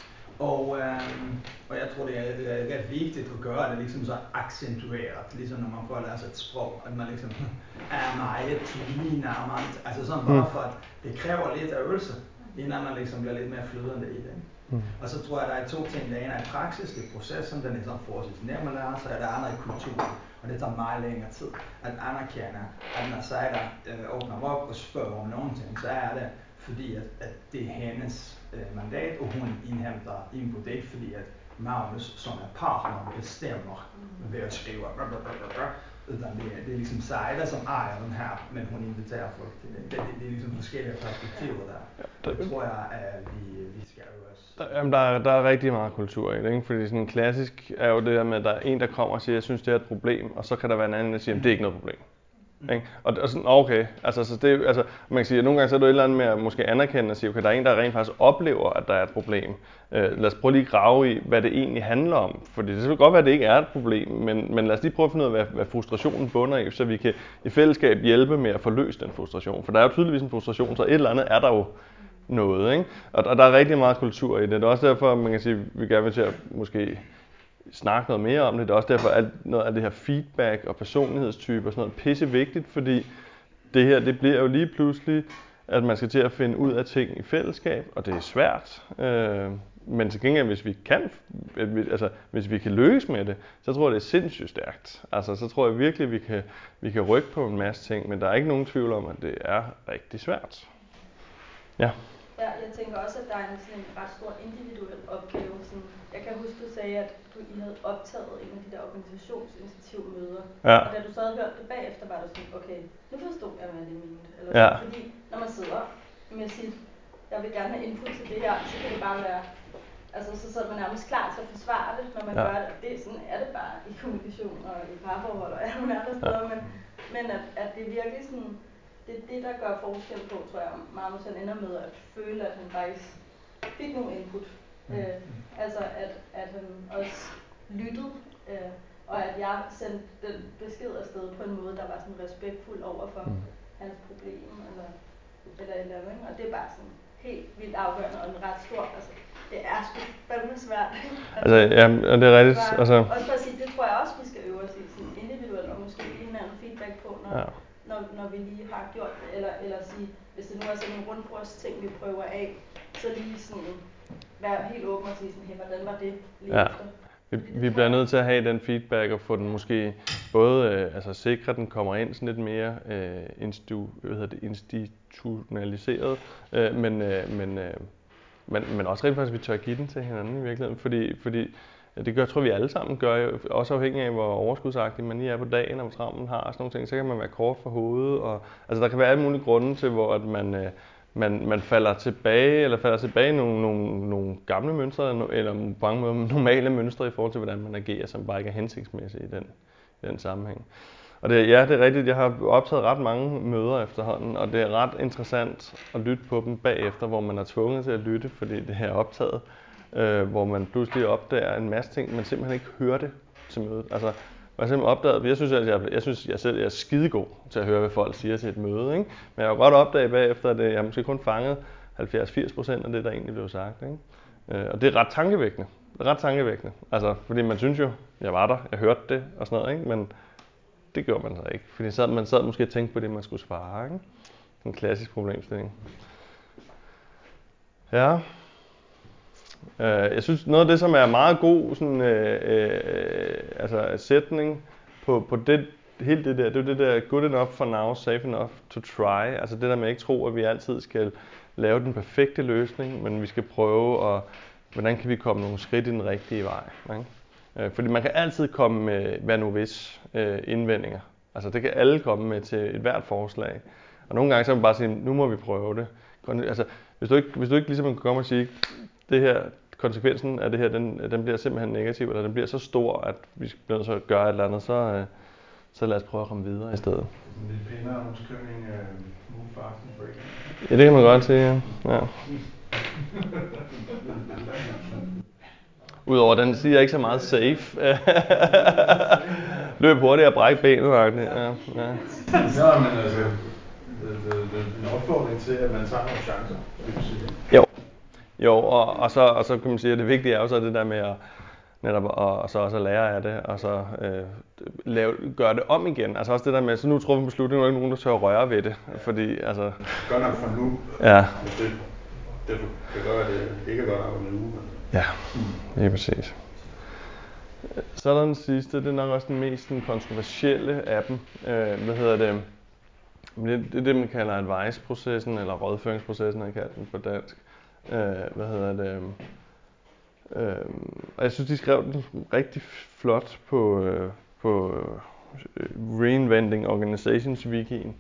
Og jeg tror, det er ret vigtigt at gøre det ligesom så accentueret, ligesom når man får at lære sig et sprog, at man ligesom er meget tydelig nærmere. Altså sådan bare for, at det kræver lidt øvelse, inden man ligesom bliver lidt mere flydende i det. Og så tror jeg, der er 2 ting. Det ene er i praksis, det er processen, den er så forholdsvis nem at lære sig, og det andet er kulturen. Og det tager meget længere tid at anerkende, at når Seider åbner op og spørger om nogle ting, så er det fordi, at det er hendes mandat, og hun indhenter input. Det er ikke fordi, at Magnus, som er partner, bestemmer ved at skrive, det er ligesom Seider, som ejer den her, men hun inviterer folk til det. Det er ligesom forskellige perspektiver der. Det tror jeg, at vi skal øve os. Jamen, der er rigtig meget kultur i det, ikke? Fordi sådan klassisk er jo det der med, at der er en, der kommer og siger, jeg synes, det er et problem, og så kan der være en anden, der siger, det er ikke noget problem. Ikke? Og sådan, okay, altså man kan sige, at nogle gange så er det et eller andet med at måske anerkende og sige, okay, der er en, der rent faktisk oplever, at der er et problem. Lad os prøve lige at grave i, hvad det egentlig handler om. Fordi det kan godt være, at det ikke er et problem, men lad os lige prøve at finde ud af, hvad frustrationen bunder i, så vi kan i fællesskab hjælpe med at få løst den frustration. For der er jo tydeligvis en frustration, så et eller andet er der jo noget, ikke? Og der er rigtig meget kultur i det. Det er også derfor, man kan sige, at vi gerne vil til at måske snakke noget mere om det. Det er også derfor, at noget af det her feedback og personlighedstype og sådan noget er pisse vigtigt, fordi det her, det bliver jo lige pludselig, at man skal til at finde ud af ting i fællesskab, og det er svært. Men til gengæld, hvis vi kan løse med det, så tror jeg, det er sindssygt stærkt. Altså, så tror jeg virkelig, vi kan rykke på en masse ting, men der er ikke nogen tvivl om, at det er rigtig svært. Ja. Ja, jeg tænker også, at der er sådan en ret stor individuel opgave. Sådan, jeg kan huske, du sagde, at I havde optaget en af de der organisationsinitiativmøder. Ja. Og da du så havde hørt det bagefter, var du sådan, okay, nu forstod jeg, hvad det mente. Eller ja. sådan, fordi når man sidder med sit, jeg vil gerne have input til det her, så kan det bare være, altså så er man nærmest klar til at forsvare det, når man gør det. Og det, sådan er det bare i kommunikation og i parforhold og alle mulige andre steder. Men at det virkelig sådan, det er det, der gør forskel på, tror jeg, Magnus han ender med at føle, at han faktisk fik nogle input. Altså, at han også lyttede, og at jeg sendte den besked afsted på en måde, der var sådan respektfuld over for hans problem, eller et eller andet. Og det er bare sådan helt vildt afgørende, og en ret stor, altså, det er sgu fandme svært. Altså, ja, og det er rigtigt. Altså. Også for at sige, det tror jeg også, vi skal øve os i sådan individuelt, og måske give hinanden feedback på, når vi lige har gjort det, eller sige, hvis det nu er sådan en rundbordsting, vi prøver af, så lige sådan være helt åben og sige sådan, hey, hvordan var det lige efter? Vi bliver nødt til at have den feedback og få den måske både sikre, at den kommer ind sådan lidt mere institutionaliseret, men også rent faktisk, at vi tør give den til hinanden i virkeligheden, fordi det tror vi alle sammen gør, jo, også afhængig af, hvor overskudsagtig man lige er på dagen, og hvor travlt man har og sådan nogle ting, så kan man være kort for hovedet, og altså der kan være alle mulige grunde til, hvor at man falder tilbage i nogle gamle mønstre, eller på mange måder normale mønstre i forhold til, hvordan man agerer, som bare ikke er hensigtsmæssigt i den sammenhæng. Og det er rigtigt, jeg har optaget ret mange møder efterhånden, og det er ret interessant at lytte på dem bagefter, hvor man er tvunget til at lytte, fordi det her er optaget, hvor man pludselig opdager en masse ting, man simpelthen ikke hørte til mødet. Altså, jeg simpelthen opdaget, jeg synes jeg selv er skidegod til at høre, hvad folk siger til et møde, ikke? Men jeg har godt opdaget bagefter, at jeg måske kun fanget 70-80% af det, der egentlig blev sagt, ikke? Og det er ret tankevækkende. Altså, fordi man synes jo, jeg var der, jeg hørte det og sådan noget, ikke? Men det gjorde man så ikke, fordi man sad måske og tænkte på det, man skulle svare, ikke? En klassisk problemstilling. Ja. Jeg synes, noget af det, som er meget god sådan, sætning på det, hele det der, det er det der good enough for now, safe enough to try. Altså det der med ikke tro, at vi altid skal lave den perfekte løsning, men vi skal prøve hvordan kan vi komme nogle skridt i den rigtige vej, ikke? Fordi man kan altid komme med hvad nu hvis indvendinger. Altså det kan alle komme med til et hvert forslag. Og nogle gange så kan man bare sige, nu må vi prøve det. Altså hvis du ikke ligesom kan komme og sige, det her, konsekvensen af det her, den bliver simpelthen negativ, eller den bliver så stor, at vi bliver nødt til at gøre et eller andet, så lad os prøve at komme videre i stedet. En lidt pænere omskrivning af move fast and break. Ja, det kan man godt sige, ja. Udover den siger ikke så meget safe. Løb hurtigt og bræk benet. Ja. Ja, men altså, det er en opfordring til, at man tager nogle chancer, vil du sige. Jo, og så kan man sige, at det vigtige er jo så det der med at så også lære af det, og så gøre det om igen. Altså også det der med, så nu tror vi en beslutning, og ikke nogen, der tør røre ved det. Fordi, altså. Godt nok for nu. Ja. Det kan gøre, at det ikke er godt nok om en uge. Ja, det er præcis. Så er der den sidste, det er nok også den mest kontroversielle af dem. Det er det, man kalder advice-processen, eller rådføringsprocessen, jeg kalder den på dansk. Og jeg synes, de skrev den rigtig flot på Reinventing Organizations wikien.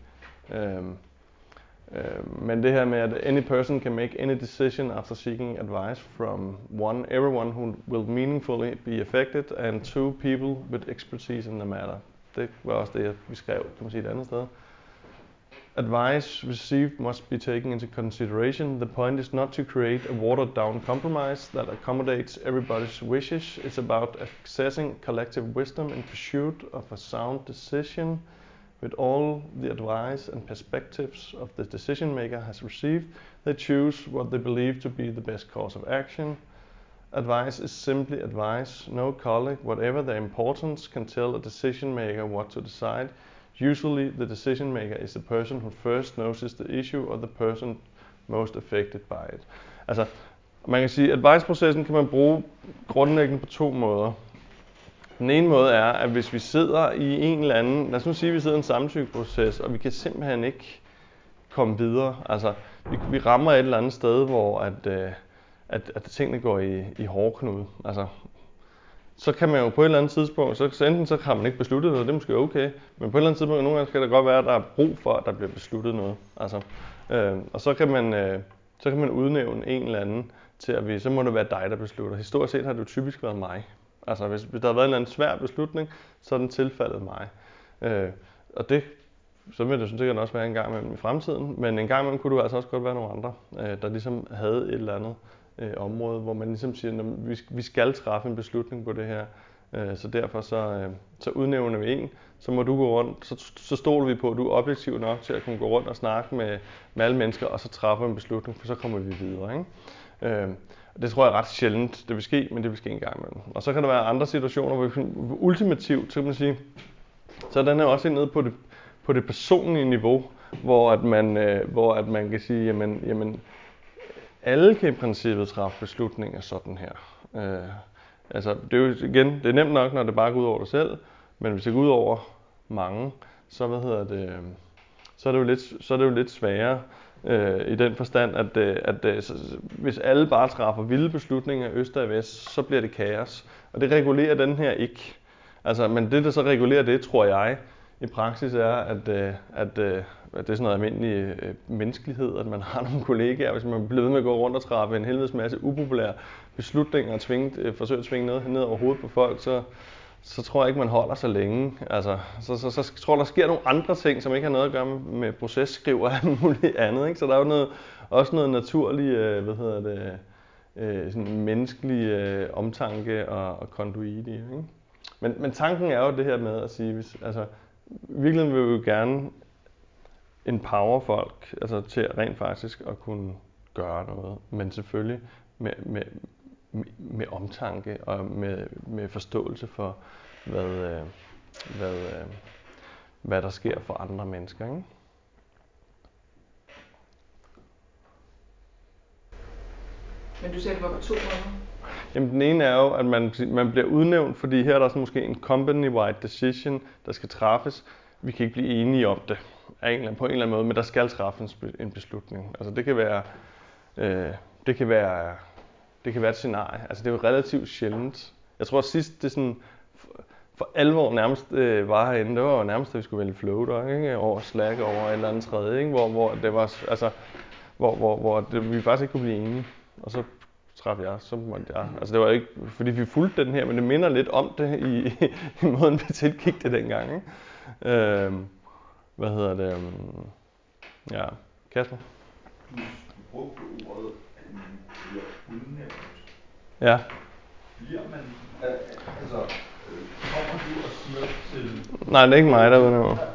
Men det her med, at any person can make any decision after seeking advice from everyone who will meaningfully be affected, and 2 people with expertise in the matter. Det var også det, vi skrev, kan man sige et andet sted. Advice received must be taken into consideration. The point is not to create a watered-down compromise that accommodates everybody's wishes. It's about accessing collective wisdom in pursuit of a sound decision. With all the advice and perspectives of the decision maker has received, they choose what they believe to be the best course of action. Advice is simply advice. No colleague, whatever their importance, can tell a decision maker what to decide. Usually the decision maker is the person who first notices the issue or the person most affected by it. Altså, man kan sige, at advice-processen kan man bruge grundlæggende på 2 måder. Den ene måde er, at hvis vi sidder i en eller anden, lad os nu sige, at vi sidder i en samtykkeproces, og vi kan simpelthen ikke komme videre. Altså, vi rammer et eller andet sted, hvor at tingene går i hårdknude. Altså, så kan man jo på et eller andet tidspunkt, så enten så har man ikke besluttet noget, det er måske okay, men på et eller andet tidspunkt, nogle gange skal det godt være, at der er brug for, at der bliver besluttet noget. Altså, og så kan man udnævne en eller anden til at så må det være dig, der beslutter. Historisk set har det jo typisk været mig. Altså, hvis der har været en eller anden svær beslutning, så er den tilfaldet mig. Og så vil det sådan sikkert også være en gang imellem i fremtiden, men en gang imellem kunne du altså også godt være nogle andre, der ligesom havde et eller andet område, hvor man ligesom siger, at vi skal træffe en beslutning på det her, så derfor så udnævner vi en, så må du gå rundt, så stoler vi på, at du er objektiv nok til at kunne gå rundt og snakke med alle mennesker, og så træffe en beslutning, for så kommer vi videre, ikke? Det tror jeg er ret sjældent, det vil ske, men det vil ske en gang imellem. Og så kan der være andre situationer, hvor ultimativt, så kan man sige, så den er også nede på det personlige niveau, hvor at man kan sige, jamen alle kan i princippet træffe beslutninger sådan her. Altså, det er jo igen, det er nemt nok, når det bare går ud over dig selv, men hvis det går ud over mange, så så er det jo lidt sværere i den forstand, at hvis alle bare træffer vilde beslutninger øst og vest, så bliver det kaos. Og det regulerer den her ikke. Altså, men det, der så regulerer det, tror jeg, i praksis er, at det er sådan noget almindelig menneskelighed, at man har nogle kollegaer, hvis man bliver ved med at gå rundt og træffe en helvedes masse upopulære beslutninger og forsøge at tvinge noget ned over hovedet på folk, så tror jeg ikke, man holder så længe. Altså, så tror jeg, der sker nogle andre ting, som ikke har noget at gøre med processkriv og alt muligt andet. Ikke? Så der er jo også noget naturlig, sådan menneskelig omtanke og konduite. Ikke? Men tanken er jo det her med at sige, altså, i virkeligheden vil vi jo gerne empower folk, altså til rent faktisk at kunne gøre noget, men selvfølgelig med omtanke og med forståelse for, hvad der sker for andre mennesker. Ikke? Men du sagde, det var på 2 måneder? Jamen, den ene er jo, at man bliver udnævnt, fordi her er der så måske en company-wide decision, der skal træffes. Vi kan ikke blive enige om det på en eller anden måde, men der skal træffes en beslutning. Altså, det kan være et scenarie. Altså, det er jo relativt sjældent. Jeg tror, at sidst det sådan for alvor nærmest var herinde, det var jo nærmest, at vi skulle vælge floater, ikke? Over Slack, over et eller andet tredje, ikke? Hvor det var, altså, vi faktisk ikke kunne blive enige. Og så træffede jeg, så måtte jeg. Altså det var ikke, fordi vi fulgte den her, men det minder lidt om det i måden, vi tilgik det dengang. Ikke? Ja, Kasper? Du brugte ordet, at man bliver udnævnt. Ja. Bliver man, altså, kommer du og siger til... Nej, det er ikke mig, der udnævner. Okay,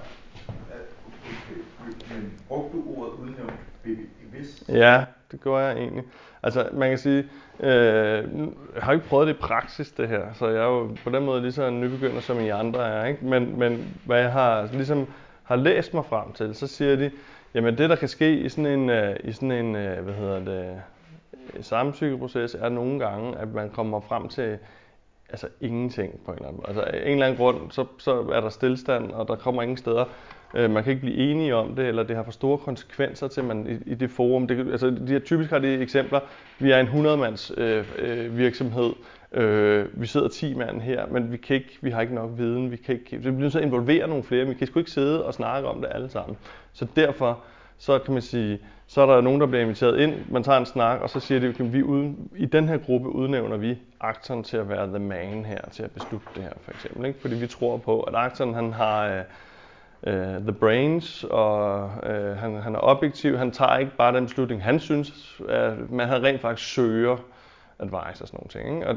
men brugte du ordet udnævnt bevidst? Ja, det gør jeg egentlig. Altså, man kan sige, jeg har ikke prøvet det i praksis, det her, så jeg er jo på den måde lige så en nybegynder, som I andre er, ikke? Men hvad jeg har læst mig frem til, så siger de, jamen det, der kan ske i sådan en samtykkeproces, er nogle gange, at man kommer frem til ingenting på en eller anden måde. Altså af en eller anden grund, så er der stilstand, og der kommer ingen steder. Man kan ikke blive enige om det, eller det har for store konsekvenser til man i det forum. Typisk har de eksempler, vi er en 100-mands virksomhed, vi sidder 10 mand her, men vi har ikke nok viden, vi bliver nødt til at involvere nogle flere, vi kan sgu ikke sidde og snakke om det alle sammen. Så derfor, så kan man sige, så er der nogen, der bliver inviteret ind, man tager en snak, og så siger de, at i den her gruppe udnævner vi aktoren til at være the man her, til at beslutte det her for eksempel. Ikke? Fordi vi tror på, at aktoren han har the brains, og han er objektiv, han tager ikke bare den beslutning, han synes, man har rent faktisk søger advice og sådan nogle ting. Ikke?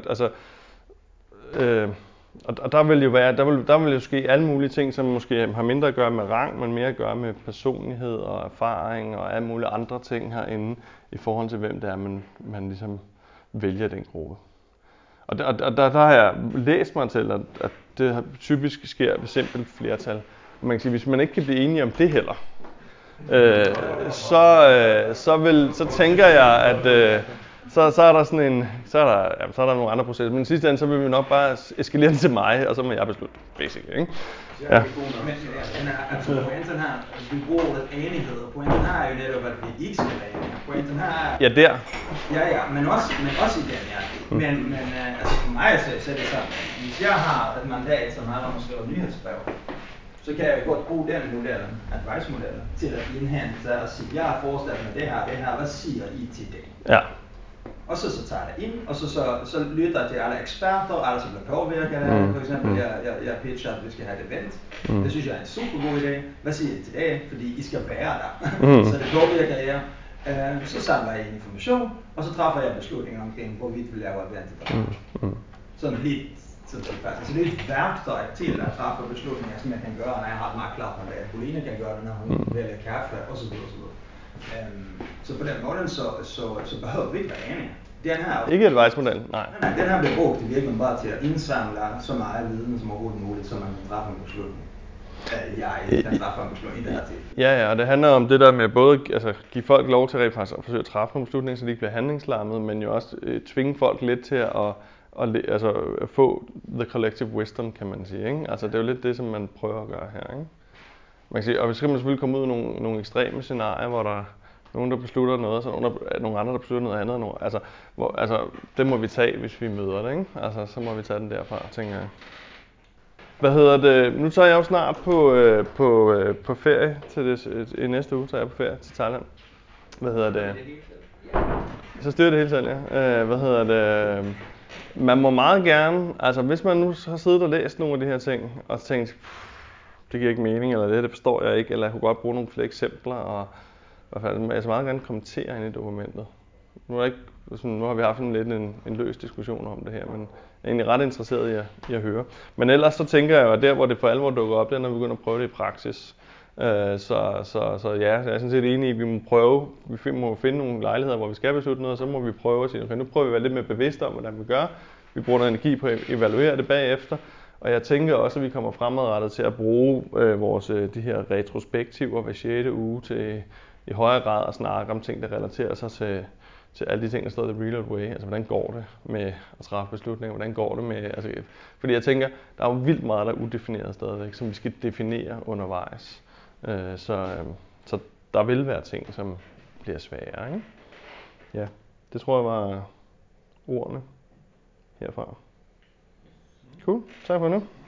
Og der vil jo der vil jo ske alle mulige ting, som måske har mindre at gøre med rang, men mere at gøre med personlighed og erfaring og alle mulige andre ting herinde, i forhold til hvem det er, man ligesom vælger den gruppe. Og der har jeg læst mig til, at det typisk sker ved simpelt flertal. Man kan sige, hvis man ikke kan blive enige om det heller, så tænker jeg, så er der sådan en, så er der nogle andre processer. Men i sidste ende, så vil vi nok bare eskalere det til mig, og så må jeg beslutte, basically, ikke? Ja. Men altså, pointen her, vi bruger ordet enighed, og pointen her er jo netop, at vi ikke skal være enige. Pointen her er... Ja, der. Ja, men også i den, ja. Men altså for mig så er det sådan, hvis jeg har et mandat, som handler om at skrive nyhedsbrev, så kan jeg jo godt bruge den modellen, advice-modellen, til at indhente og sige, jeg har forestillet med det her, hvad siger I til det? Ja. Og så tager jeg det ind, og så lytter jeg til alle eksperter, alle som bliver påvirket af det. For eksempel, jeg pitcher, at vi skal have et event. Det synes jeg er en super god idé. Hvad siger I til det? Fordi I skal være der. Så det påvirker jer. Så samler jeg information, og så træffer jeg beslutninger omkring, hvorvidt vi laver eventet. Sådan helt så det er et værktøj til at træffe beslutninger, som jeg kan gøre, når jeg har et meget klart mandat. Pauline kan gøre det, når hun vælger kaffe, osv. Så på den måde, så behøver vi ikke være enige. Ikke advice-model, nej. Den her bliver brugt i virkeligheden bare til at indsamle så meget viden som overhovedet muligt, så man kan træffe en beslutning. Ja, og det handler om det der med både give folk lov til at forsøge at træffe nogle beslutninger, så de ikke bliver handlingslammet, men jo også tvinge folk lidt til at få the collective wisdom, kan man sige, ikke? Altså det er jo lidt det, som man prøver at gøre her, ikke? Man kan sige, og vi skal selvfølgelig komme ud i nogle ekstreme scenarier, hvor der er nogen, der beslutter noget, og så nogle andre, der beslutter noget andet. Det må vi tage, hvis vi møder det, ikke? Altså, så må vi tage den derfra, tænker jeg. Nu tager jeg jo snart på ferie til det, i næste uge tager jeg på ferie til Thailand. Så styrer det hele selv, ja. Man må meget gerne, altså hvis man nu har siddet og læst nogle af de her ting, og tænkt, det giver ikke mening, eller det forstår jeg ikke, eller jeg kunne godt bruge nogle flere eksempler, og jeg så meget gerne kommentere ind i dokumentet. Nu har vi haft lidt en løs diskussion om det her, men jeg er egentlig ret interesseret i at høre. Men ellers så tænker jeg jo, at der hvor det for alvor dukker op, det er, når vi begynder at prøve det i praksis. Så ja, jeg er sådan set enig i, at vi må finde nogle lejligheder, hvor vi skal beslutte noget, og så må vi prøve at sige, okay, nu prøver vi at være lidt mere bevidste om, hvordan vi gør. Vi bruger noget energi på at evaluere det bagefter. Og jeg tænker også, at vi kommer fremadrettet til at bruge de her retrospektiver hver 6. uge til i højere grad at snakke om ting, der relaterer sig til alle de ting, der står i The Real Way. Altså, hvordan går det med at træffe beslutninger? Hvordan går det med... fordi jeg tænker, der er jo vildt meget, der er udefineret stadigvæk, som vi skal definere undervejs. Så der vil være ting, som bliver svære, ikke? Ja, det tror jeg var ordene herfra. Cool, tak for nu.